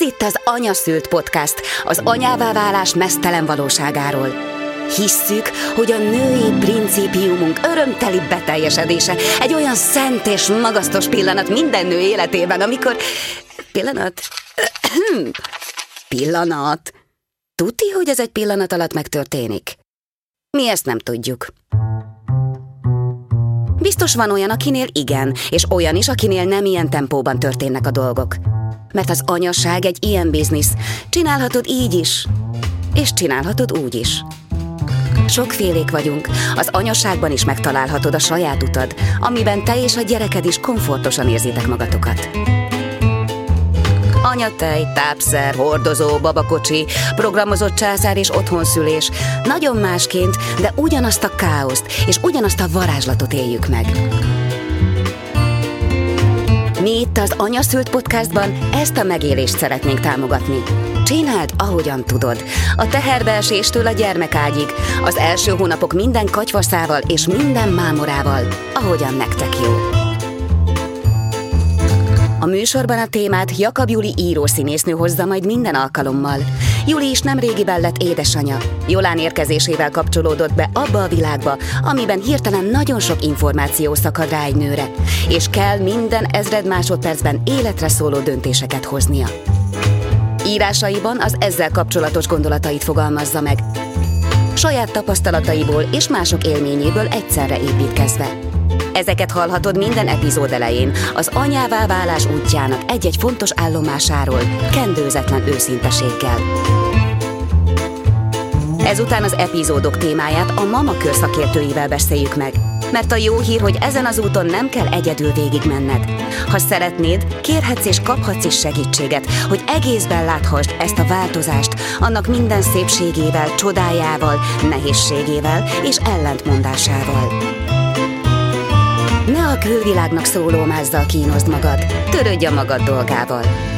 itt az Anyaszült Podcast, az anyává válás meztelen valóságáról. Hisszük, hogy a női principiumunk örömteli beteljesedése egy olyan szent és magasztos pillanat minden nő életében, amikor... Pillanat. Tuti, hogy ez egy pillanat alatt megtörténik? Mi ezt nem tudjuk. Biztos van olyan, akinél igen, és olyan is, akinél nem ilyen tempóban történnek a dolgok. Mert az anyaság egy ilyen biznisz. Csinálhatod így is, és csinálhatod úgy is. Sokfélék vagyunk, az anyaságban is megtalálhatod a saját utad, amiben te és a gyereked is komfortosan érzitek magatokat. Anyatej, tápszer, hordozó, babakocsi, programozott császár és otthonszülés. Nagyon másként, de ugyanazt a káoszt és ugyanazt a varázslatot éljük meg. Mi itt az Anyaszült Podcastban ezt a megélést szeretnénk támogatni. Csináld, ahogyan tudod. A teherbeeséstől a gyermekágyig, az első hónapok minden katyvaszával és minden mámorával, ahogyan nektek jó. A műsorban a témát Jakab Juli írószínésznő hozza majd minden alkalommal. Juli is nemrégiben lett édesanya. Jolán érkezésével kapcsolódott be abba a világba, amiben hirtelen nagyon sok információ szakad rá egy nőre, és kell minden ezred másodpercben életre szóló döntéseket hoznia. Írásaiban az ezzel kapcsolatos gondolatait fogalmazza meg, saját tapasztalataiból és mások élményéből egyszerre építkezve. Ezeket hallhatod minden epizód elején, az anyává válás útjának egy-egy fontos állomásáról, kendőzetlen őszinteséggel. Ezután az epizódok témáját a Mamakör szakértőivel beszéljük meg, mert a jó hír, hogy ezen az úton nem kell egyedül végigmenned. Ha szeretnéd, kérhetsz és kaphatsz is segítséget, hogy egészben láthassd ezt a változást, annak minden szépségével, csodájával, nehézségével és ellentmondásával. Ne a külvilágnak szóló mázzal kínozd magad, törődj a magad dolgával.